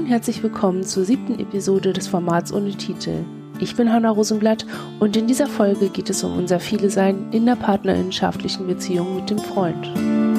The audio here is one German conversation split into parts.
und herzlich willkommen zur 7. Episode des Formats ohne Titel. Ich bin Hanna Rosenblatt und in dieser Folge geht es um unser Viele-Sein in der partnerinnenschaftlichen Beziehung mit dem Freund.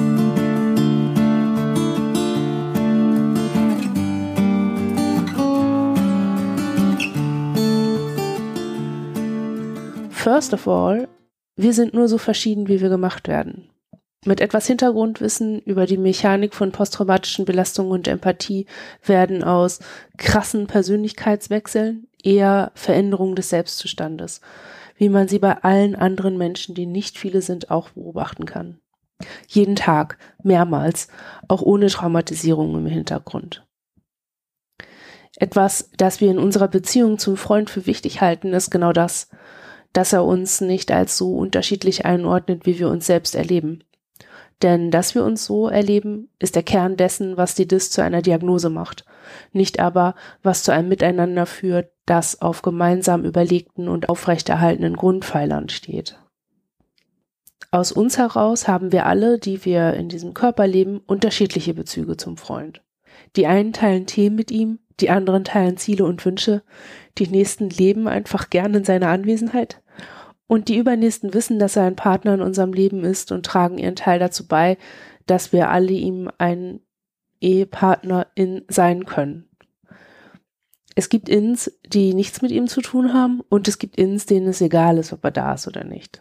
First of all, wir sind nur so verschieden, wie wir gemacht werden. Mit etwas Hintergrundwissen über die Mechanik von posttraumatischen Belastungen und Empathie werden aus krassen Persönlichkeitswechseln eher Veränderungen des Selbstzustandes, wie man sie bei allen anderen Menschen, die nicht viele sind, auch beobachten kann. Jeden Tag, mehrmals, auch ohne Traumatisierung im Hintergrund. Etwas, das wir in unserer Beziehung zum Freund für wichtig halten, ist genau das, dass er uns nicht als so unterschiedlich einordnet, wie wir uns selbst erleben. Denn dass wir uns so erleben, ist der Kern dessen, was die DIS zu einer Diagnose macht, nicht aber, was zu einem Miteinander führt, das auf gemeinsam überlegten und aufrechterhaltenen Grundpfeilern steht. Aus uns heraus haben wir alle, die wir in diesem Körper leben, unterschiedliche Bezüge zum Freund. Die einen teilen Themen mit ihm, die anderen teilen Ziele und Wünsche, die nächsten leben einfach gern in seiner Anwesenheit. Und die Übernächsten wissen, dass er ein Partner in unserem Leben ist und tragen ihren Teil dazu bei, dass wir alle ihm ein Ehepartnerin sein können. Es gibt Ins, die nichts mit ihm zu tun haben, und es gibt Ins, denen es egal ist, ob er da ist oder nicht.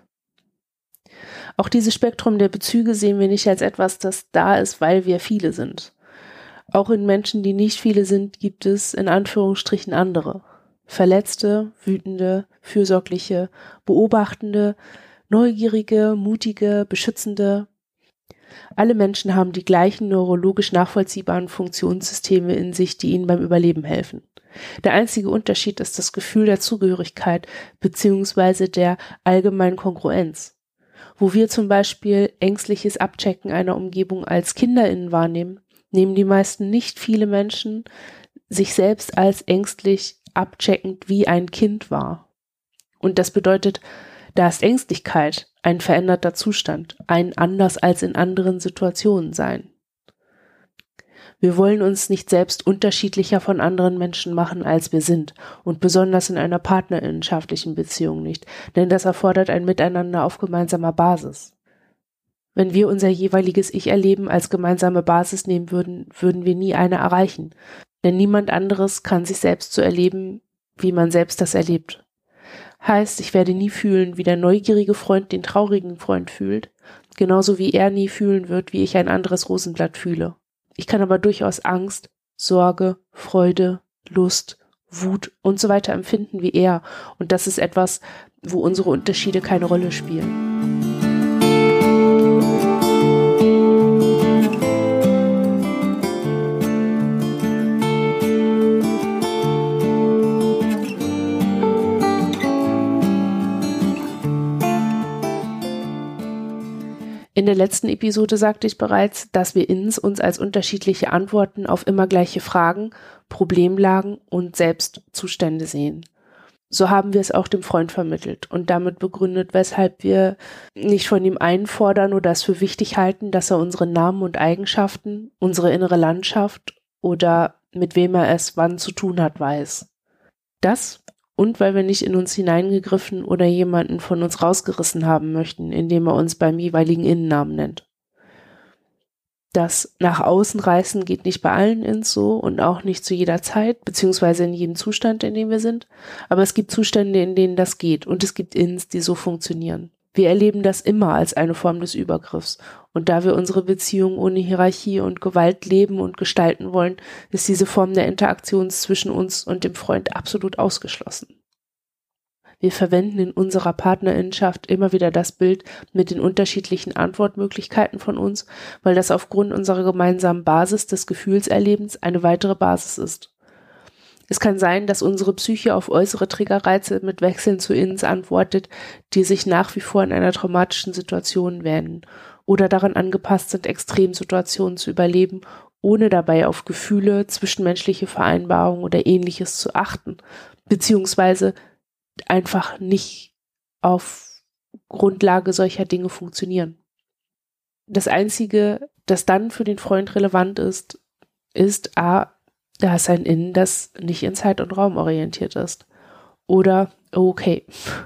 Auch dieses Spektrum der Bezüge sehen wir nicht als etwas, das da ist, weil wir viele sind. Auch in Menschen, die nicht viele sind, gibt es in Anführungsstrichen andere. Verletzte, wütende, fürsorgliche, beobachtende, neugierige, mutige, beschützende. Alle Menschen haben die gleichen neurologisch nachvollziehbaren Funktionssysteme in sich, die ihnen beim Überleben helfen. Der einzige Unterschied ist das Gefühl der Zugehörigkeit bzw. der allgemeinen Kongruenz. Wo wir zum Beispiel ängstliches Abchecken einer Umgebung als KinderInnen wahrnehmen, nehmen die meisten nicht viele Menschen sich selbst als ängstlich abcheckend wie ein Kind wahr. Und das bedeutet, da ist Ängstlichkeit ein veränderter Zustand, ein anders als in anderen Situationen sein. Wir wollen uns nicht selbst unterschiedlicher von anderen Menschen machen, als wir sind, und besonders in einer partnerinnenschaftlichen Beziehung nicht, denn das erfordert ein Miteinander auf gemeinsamer Basis. Wenn wir unser jeweiliges Ich-Erleben als gemeinsame Basis nehmen würden, würden wir nie eine erreichen. Denn niemand anderes kann sich selbst so erleben, wie man selbst das erlebt. Heißt, ich werde nie fühlen, wie der neugierige Freund den traurigen Freund fühlt, genauso wie er nie fühlen wird, wie ich ein anderes Rosenblatt fühle. Ich kann aber durchaus Angst, Sorge, Freude, Lust, Wut und so weiter empfinden wie er. Und das ist etwas, wo unsere Unterschiede keine Rolle spielen. In der letzten Episode sagte ich bereits, dass wir uns als unterschiedliche Antworten auf immer gleiche Fragen, Problemlagen und Selbstzustände sehen. So haben wir es auch dem Freund vermittelt und damit begründet, weshalb wir nicht von ihm einfordern oder es für wichtig halten, dass er unsere Namen und Eigenschaften, unsere innere Landschaft oder mit wem er es wann zu tun hat, weiß. Das und weil wir nicht in uns hineingegriffen oder jemanden von uns rausgerissen haben möchten, indem er uns beim jeweiligen Innennamen nennt. Das nach außen reißen geht nicht bei allen Ins so und auch nicht zu jeder Zeit, beziehungsweise in jedem Zustand, in dem wir sind. Aber es gibt Zustände, in denen das geht, und es gibt Ins, die so funktionieren. Wir erleben das immer als eine Form des Übergriffs. Und da wir unsere Beziehung ohne Hierarchie und Gewalt leben und gestalten wollen, ist diese Form der Interaktion zwischen uns und dem Freund absolut ausgeschlossen. Wir verwenden in unserer Partnerinnenschaft immer wieder das Bild mit den unterschiedlichen Antwortmöglichkeiten von uns, weil das aufgrund unserer gemeinsamen Basis des Gefühlserlebens eine weitere Basis ist. Es kann sein, dass unsere Psyche auf äußere Triggerreize mit Wechseln zu Ins antwortet, die sich nach wie vor in einer traumatischen Situation wähnen oder daran angepasst sind, Extremsituationen zu überleben, ohne dabei auf Gefühle, zwischenmenschliche Vereinbarungen oder Ähnliches zu achten, beziehungsweise einfach nicht auf Grundlage solcher Dinge funktionieren. Das Einzige, das dann für den Freund relevant ist, Da ist ein Innen, das nicht in Zeit und Raum orientiert ist. Oder, okay,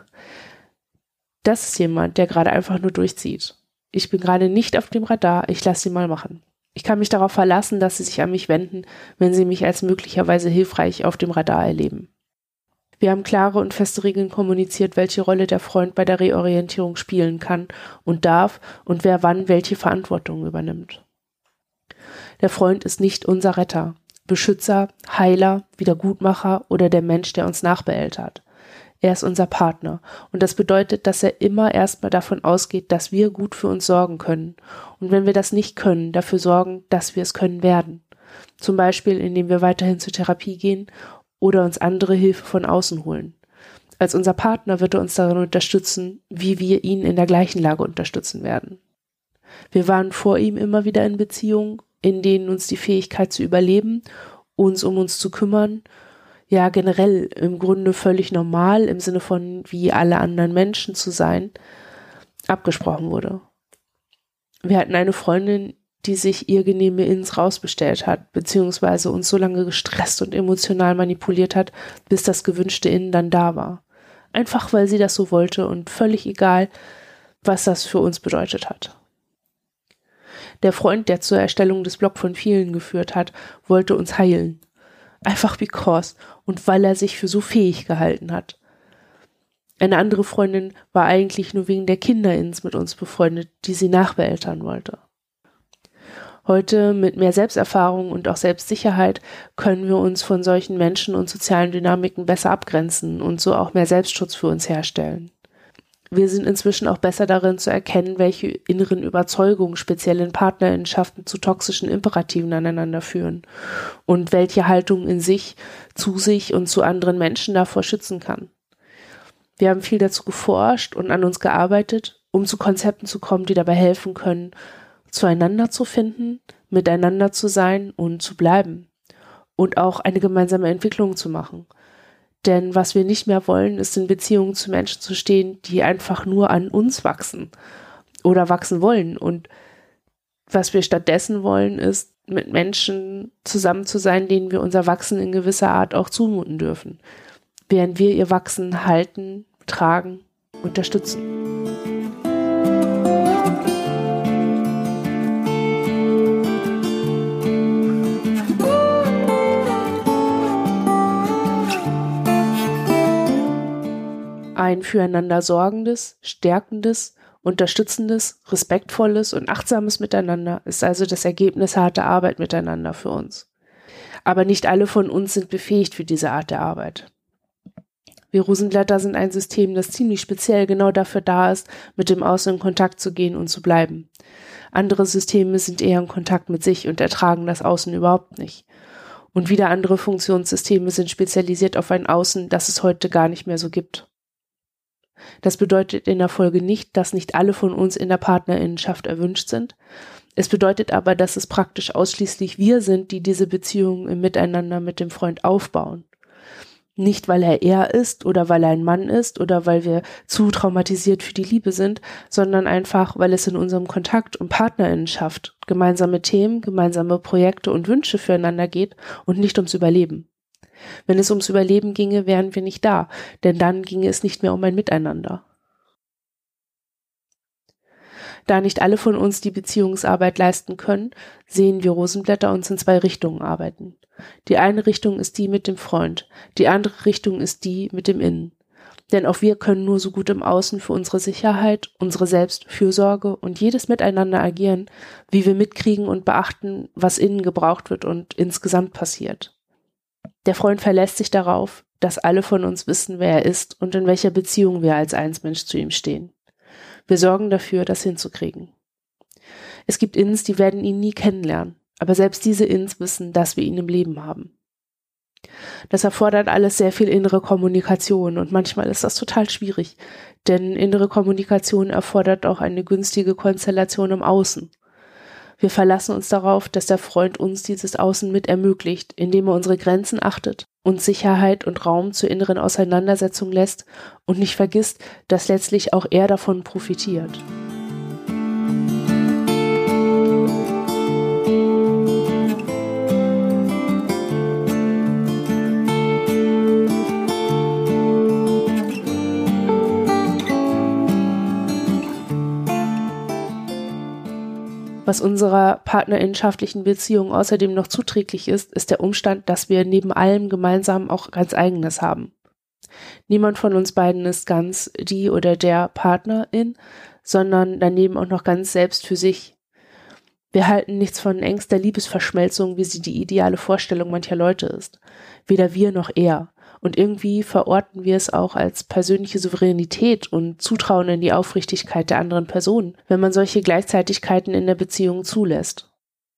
das ist jemand, der gerade einfach nur durchzieht. Ich bin gerade nicht auf dem Radar, ich lasse sie mal machen. Ich kann mich darauf verlassen, dass sie sich an mich wenden, wenn sie mich als möglicherweise hilfreich auf dem Radar erleben. Wir haben klare und feste Regeln kommuniziert, welche Rolle der Freund bei der Reorientierung spielen kann und darf und wer wann welche Verantwortung übernimmt. Der Freund ist nicht unser Retter, Beschützer, Heiler, Wiedergutmacher oder der Mensch, der uns nachbeeltert. Er ist unser Partner und das bedeutet, dass er immer erstmal davon ausgeht, dass wir gut für uns sorgen können und wenn wir das nicht können, dafür sorgen, dass wir es können werden. Zum Beispiel, indem wir weiterhin zur Therapie gehen oder uns andere Hilfe von außen holen. Als unser Partner wird er uns darin unterstützen, wie wir ihn in der gleichen Lage unterstützen werden. Wir waren vor ihm immer wieder in Beziehungen, in denen uns die Fähigkeit zu überleben, uns um uns zu kümmern, ja generell im Grunde völlig normal im Sinne von wie alle anderen Menschen zu sein, abgesprochen wurde. Wir hatten eine Freundin, die sich ihr genehme Ins rausbestellt hat, beziehungsweise uns so lange gestresst und emotional manipuliert hat, bis das gewünschte Innen dann da war. Einfach weil sie das so wollte und völlig egal, was das für uns bedeutet hat. Der Freund, der zur Erstellung des Blog von vielen geführt hat, wollte uns heilen. Einfach because und weil er sich für so fähig gehalten hat. Eine andere Freundin war eigentlich nur wegen der Kinderins mit uns befreundet, die sie nachbeeltern wollte. Heute mit mehr Selbsterfahrung und auch Selbstsicherheit können wir uns von solchen Menschen und sozialen Dynamiken besser abgrenzen und so auch mehr Selbstschutz für uns herstellen. Wir sind inzwischen auch besser darin zu erkennen, welche inneren Überzeugungen speziell in Partnerinnenschaften zu toxischen Imperativen aneinander führen und welche Haltung in sich, zu sich und zu anderen Menschen davor schützen kann. Wir haben viel dazu geforscht und an uns gearbeitet, um zu Konzepten zu kommen, die dabei helfen können, zueinander zu finden, miteinander zu sein und zu bleiben und auch eine gemeinsame Entwicklung zu machen. Denn was wir nicht mehr wollen, ist in Beziehungen zu Menschen zu stehen, die einfach nur an uns wachsen oder wachsen wollen. Und was wir stattdessen wollen, ist, mit Menschen zusammen zu sein, denen wir unser Wachsen in gewisser Art auch zumuten dürfen, während wir ihr Wachsen halten, tragen, unterstützen. Ein füreinander sorgendes, stärkendes, unterstützendes, respektvolles und achtsames Miteinander ist also das Ergebnis harter Arbeit miteinander für uns. Aber nicht alle von uns sind befähigt für diese Art der Arbeit. Wir Rosenblätter sind ein System, das ziemlich speziell genau dafür da ist, mit dem Außen in Kontakt zu gehen und zu bleiben. Andere Systeme sind eher in Kontakt mit sich und ertragen das Außen überhaupt nicht. Und wieder andere Funktionssysteme sind spezialisiert auf ein Außen, das es heute gar nicht mehr so gibt. Das bedeutet in der Folge nicht, dass nicht alle von uns in der Partnerinnenschaft erwünscht sind. Es bedeutet aber, dass es praktisch ausschließlich wir sind, die diese Beziehung im Miteinander mit dem Freund aufbauen. Nicht, weil er ist oder weil er ein Mann ist oder weil wir zu traumatisiert für die Liebe sind, sondern einfach, weil es in unserem Kontakt und Partnerinnenschaft gemeinsame Themen, gemeinsame Projekte und Wünsche füreinander geht und nicht ums Überleben. Wenn es ums Überleben ginge, wären wir nicht da, denn dann ginge es nicht mehr um ein Miteinander. Da nicht alle von uns die Beziehungsarbeit leisten können, sehen wir Rosenblätter uns in zwei Richtungen arbeiten. Die eine Richtung ist die mit dem Freund, die andere Richtung ist die mit dem Innen. Denn auch wir können nur so gut im Außen für unsere Sicherheit, unsere Selbstfürsorge und jedes Miteinander agieren, wie wir mitkriegen und beachten, was innen gebraucht wird und insgesamt passiert. Der Freund verlässt sich darauf, dass alle von uns wissen, wer er ist und in welcher Beziehung wir als Einsmensch zu ihm stehen. Wir sorgen dafür, das hinzukriegen. Es gibt Inns, die werden ihn nie kennenlernen, aber selbst diese Inns wissen, dass wir ihn im Leben haben. Das erfordert alles sehr viel innere Kommunikation und manchmal ist das total schwierig, denn innere Kommunikation erfordert auch eine günstige Konstellation im Außen. Wir verlassen uns darauf, dass der Freund uns dieses Außen mit ermöglicht, indem er unsere Grenzen achtet, uns Sicherheit und Raum zur inneren Auseinandersetzung lässt und nicht vergisst, dass letztlich auch er davon profitiert. Was unserer partnerinnenschaftlichen Beziehung außerdem noch zuträglich ist, ist der Umstand, dass wir neben allem gemeinsam auch ganz Eigenes haben. Niemand von uns beiden ist ganz die oder der Partnerin, sondern daneben auch noch ganz selbst für sich. Wir halten nichts von engster Liebesverschmelzung, wie sie die ideale Vorstellung mancher Leute ist. Weder wir noch er. Und irgendwie verorten wir es auch als persönliche Souveränität und Zutrauen in die Aufrichtigkeit der anderen Person, wenn man solche Gleichzeitigkeiten in der Beziehung zulässt.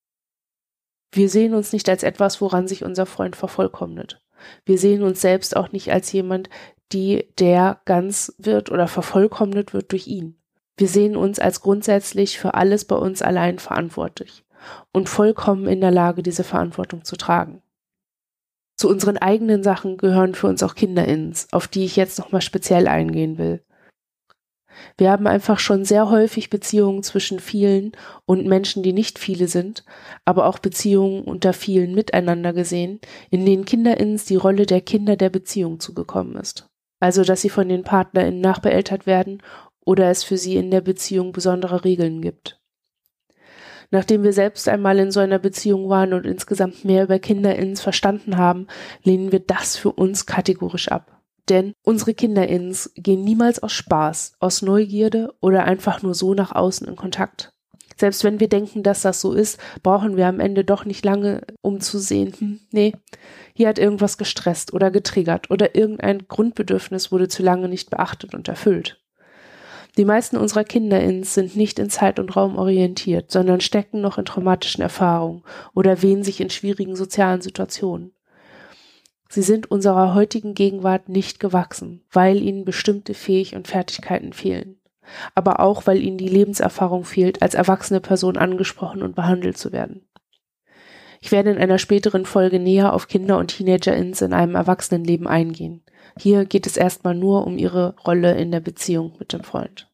Wir sehen uns nicht als etwas, woran sich unser Freund vervollkommnet. Wir sehen uns selbst auch nicht als jemand, der ganz wird oder vervollkommnet wird durch ihn. Wir sehen uns als grundsätzlich für alles bei uns allein verantwortlich und vollkommen in der Lage, diese Verantwortung zu tragen. Zu unseren eigenen Sachen gehören für uns auch KinderInnens, auf die ich jetzt nochmal speziell eingehen will. Wir haben einfach schon sehr häufig Beziehungen zwischen vielen und Menschen, die nicht viele sind, aber auch Beziehungen unter vielen miteinander gesehen, in denen KinderInnens die Rolle der Kinder der Beziehung zugekommen ist. Also, dass sie von den PartnerInnen nachbeeltert werden oder es für sie in der Beziehung besondere Regeln gibt. Nachdem wir selbst einmal in so einer Beziehung waren und insgesamt mehr über KinderInnens verstanden haben, lehnen wir das für uns kategorisch ab. Denn unsere KinderInnens gehen niemals aus Spaß, aus Neugierde oder einfach nur so nach außen in Kontakt. Selbst wenn wir denken, dass das so ist, brauchen wir am Ende doch nicht lange, um zu sehen, nee, hier hat irgendwas gestresst oder getriggert oder irgendein Grundbedürfnis wurde zu lange nicht beachtet und erfüllt. Die meisten unserer KinderInnens sind nicht in Zeit und Raum orientiert, sondern stecken noch in traumatischen Erfahrungen oder wehen sich in schwierigen sozialen Situationen. Sie sind unserer heutigen Gegenwart nicht gewachsen, weil ihnen bestimmte Fähigkeiten und Fertigkeiten fehlen. Aber auch, weil ihnen die Lebenserfahrung fehlt, als erwachsene Person angesprochen und behandelt zu werden. Ich werde in einer späteren Folge näher auf Kinder- und TeenagerInnens in einem Erwachsenenleben eingehen. Hier geht es erstmal nur um ihre Rolle in der Beziehung mit dem Freund.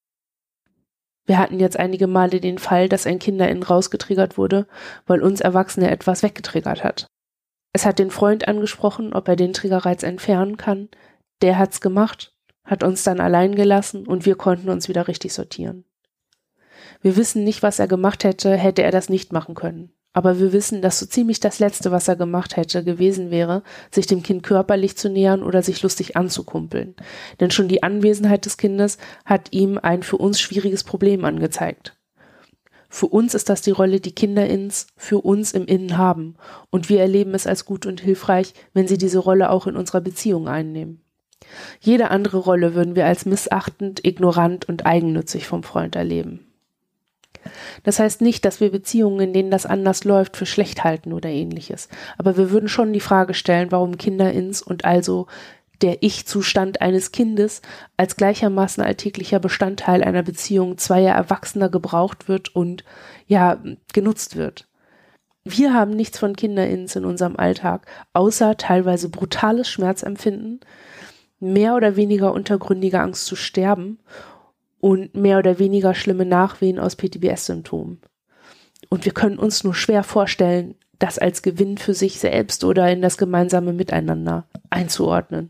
Wir hatten jetzt einige Male den Fall, dass ein KinderInnen rausgetriggert wurde, weil uns Erwachsene etwas weggetriggert hat. Es hat den Freund angesprochen, ob er den Triggerreiz entfernen kann. Der hat's gemacht, hat uns dann allein gelassen und wir konnten uns wieder richtig sortieren. Wir wissen nicht, was er gemacht hätte, hätte er das nicht machen können. Aber wir wissen, dass so ziemlich das Letzte, was er gemacht hätte, gewesen wäre, sich dem Kind körperlich zu nähern oder sich lustig anzukumpeln. Denn schon die Anwesenheit des Kindes hat ihm ein für uns schwieriges Problem angezeigt. Für uns ist das die Rolle, die KinderInnens für uns im Innen haben. Und wir erleben es als gut und hilfreich, wenn sie diese Rolle auch in unserer Beziehung einnehmen. Jede andere Rolle würden wir als missachtend, ignorant und eigennützig vom Freund erleben. Das heißt nicht, dass wir Beziehungen, in denen das anders läuft, für schlecht halten oder ähnliches. Aber wir würden schon die Frage stellen, warum KinderInnens und also der Ich-Zustand eines Kindes als gleichermaßen alltäglicher Bestandteil einer Beziehung zweier Erwachsener gebraucht wird und genutzt wird. Wir haben nichts von KinderInnens in unserem Alltag, außer teilweise brutales Schmerzempfinden, mehr oder weniger untergründige Angst zu sterben und mehr oder weniger schlimme Nachwehen aus PTBS-Symptomen. Und wir können uns nur schwer vorstellen, das als Gewinn für sich selbst oder in das gemeinsame Miteinander einzuordnen.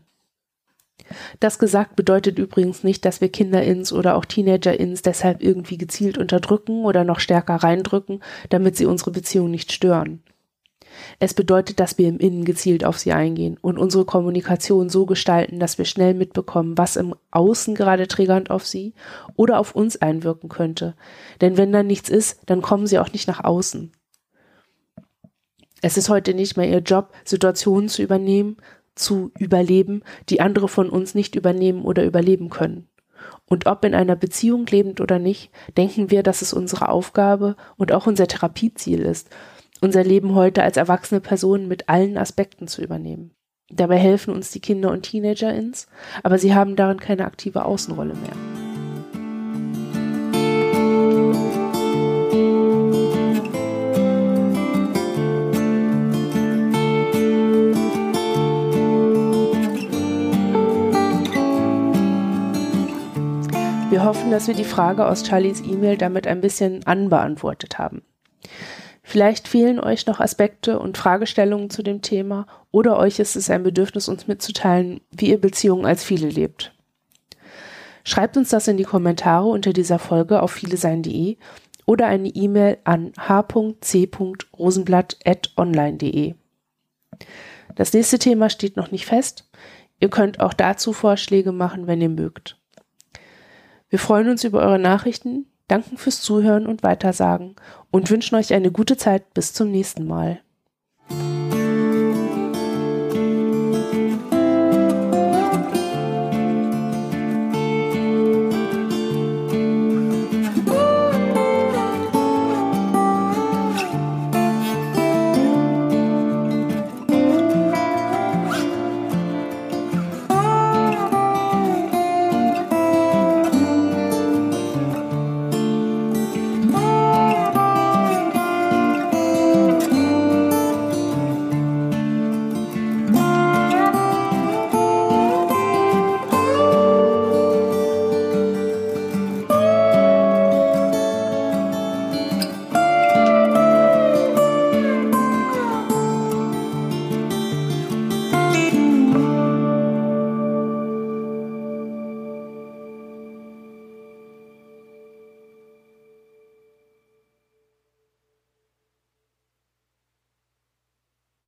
Das gesagt bedeutet übrigens nicht, dass wir KinderInnens oder auch TeenagerInnens deshalb irgendwie gezielt unterdrücken oder noch stärker reindrücken, damit sie unsere Beziehung nicht stören. Es bedeutet, dass wir im Innen gezielt auf sie eingehen und unsere Kommunikation so gestalten, dass wir schnell mitbekommen, was im Außen gerade triggernd auf sie oder auf uns einwirken könnte. Denn wenn da nichts ist, dann kommen sie auch nicht nach außen. Es ist heute nicht mehr ihr Job, Situationen zu überleben, die andere von uns nicht übernehmen oder überleben können. Und ob in einer Beziehung lebend oder nicht, denken wir, dass es unsere Aufgabe und auch unser Therapieziel ist, unser Leben heute als erwachsene Personen mit allen Aspekten zu übernehmen. Dabei helfen uns die Kinder- und TeenagerInnens, aber sie haben darin keine aktive Außenrolle mehr. Wir hoffen, dass wir die Frage aus Charlies E-Mail damit ein bisschen anbeantwortet haben. Vielleicht fehlen euch noch Aspekte und Fragestellungen zu dem Thema oder euch ist es ein Bedürfnis, uns mitzuteilen, wie ihr Beziehungen als viele lebt. Schreibt uns das in die Kommentare unter dieser Folge auf vielesein.de oder eine E-Mail an h.c.rosenblatt@online.de. Das nächste Thema steht noch nicht fest. Ihr könnt auch dazu Vorschläge machen, wenn ihr mögt. Wir freuen uns über eure Nachrichten, danken fürs Zuhören und Weitersagen und wünschen euch eine gute Zeit bis zum nächsten Mal.